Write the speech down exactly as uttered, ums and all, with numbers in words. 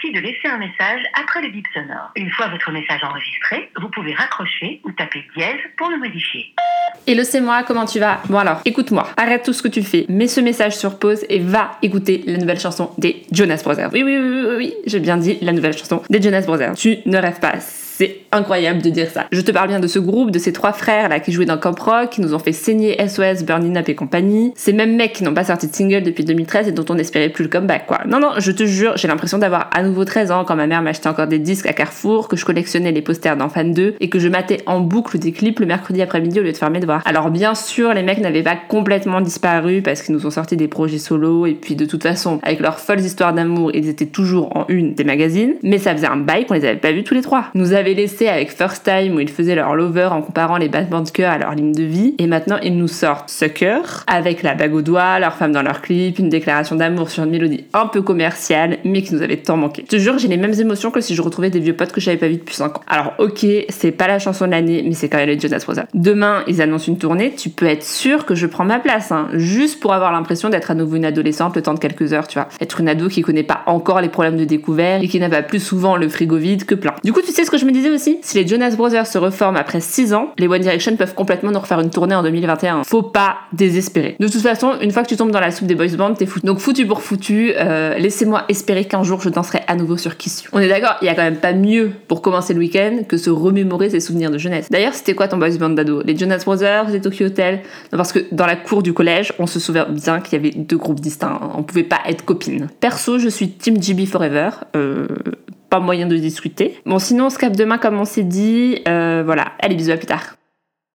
suffit de laisser un message après le bip sonore. Une fois votre message enregistré, vous pouvez raccrocher ou taper dièse pour le modifier. Hello, c'est moi, comment tu vas? Bon alors, écoute-moi, arrête tout ce que tu fais, mets ce message sur pause et va écouter la nouvelle chanson des Jonas Brothers. Oui, oui, oui, oui, oui, j'ai bien dit la nouvelle chanson des Jonas Brothers. Tu ne rêves pas. C'est incroyable de dire ça. Je te parle bien de ce groupe, de ces trois frères là qui jouaient dans Camp Rock, qui nous ont fait saigner S O S, Burning Up et compagnie. Ces mêmes mecs qui n'ont pas sorti de single depuis deux mille treize et dont on n'espérait plus le comeback quoi. Non non, je te jure, j'ai l'impression d'avoir à nouveau treize ans quand ma mère m'achetait encore des disques à Carrefour, que je collectionnais les posters dans Fan deux et que je matais en boucle des clips le mercredi après-midi au lieu de faire mes devoirs. Alors bien sûr, les mecs n'avaient pas complètement disparu parce qu'ils nous ont sorti des projets solo et puis de toute façon, avec leurs folles histoires d'amour, ils étaient toujours en une des magazines, mais ça faisait un bail qu'on les avait pas vus tous les trois. Nous avait laissé avec First Time où ils faisaient leur lover en comparant les battements de cœur à leur ligne de vie, et maintenant ils nous sortent Sucker avec la bague au doigt, leur femme dans leur clip, une déclaration d'amour sur une mélodie un peu commerciale mais qui nous avait tant manqué. Je te jure, j'ai les mêmes émotions que si je retrouvais des vieux potes que j'avais pas vus depuis cinq ans. Alors ok, c'est pas la chanson de l'année mais c'est quand même les Jonas Brothers. Demain ils annoncent une tournée, tu peux être sûr que je prends ma place hein, juste pour avoir l'impression d'être à nouveau une adolescente le temps de quelques heures, tu vois. Être une ado qui connaît pas encore les problèmes de découvert et qui n'a pas plus souvent le frigo vide que plein. Du coup, tu sais ce que je me disais aussi? Si les Jonas Brothers se reforment après six ans, les One Direction peuvent complètement nous refaire une tournée en deux mille vingt et un. Faut pas désespérer. De toute façon, une fois que tu tombes dans la soupe des boys bands, t'es foutu. Donc foutu pour foutu, euh, laissez-moi espérer qu'un jour je danserai à nouveau sur Kiss You. On est d'accord, il y a quand même pas mieux pour commencer le week-end que se remémorer ses souvenirs de jeunesse. D'ailleurs, c'était quoi ton boys band d'ado? Les Jonas Brothers, les Tokyo Hotel? Non, parce que dans la cour du collège, on se souvient bien qu'il y avait deux groupes distincts. On pouvait pas être copines. Perso, je suis Team G B Forever. Euh... Pas moyen de discuter. Bon, sinon, on se capte demain comme on s'est dit. Euh, voilà. Allez, bisous, à plus tard.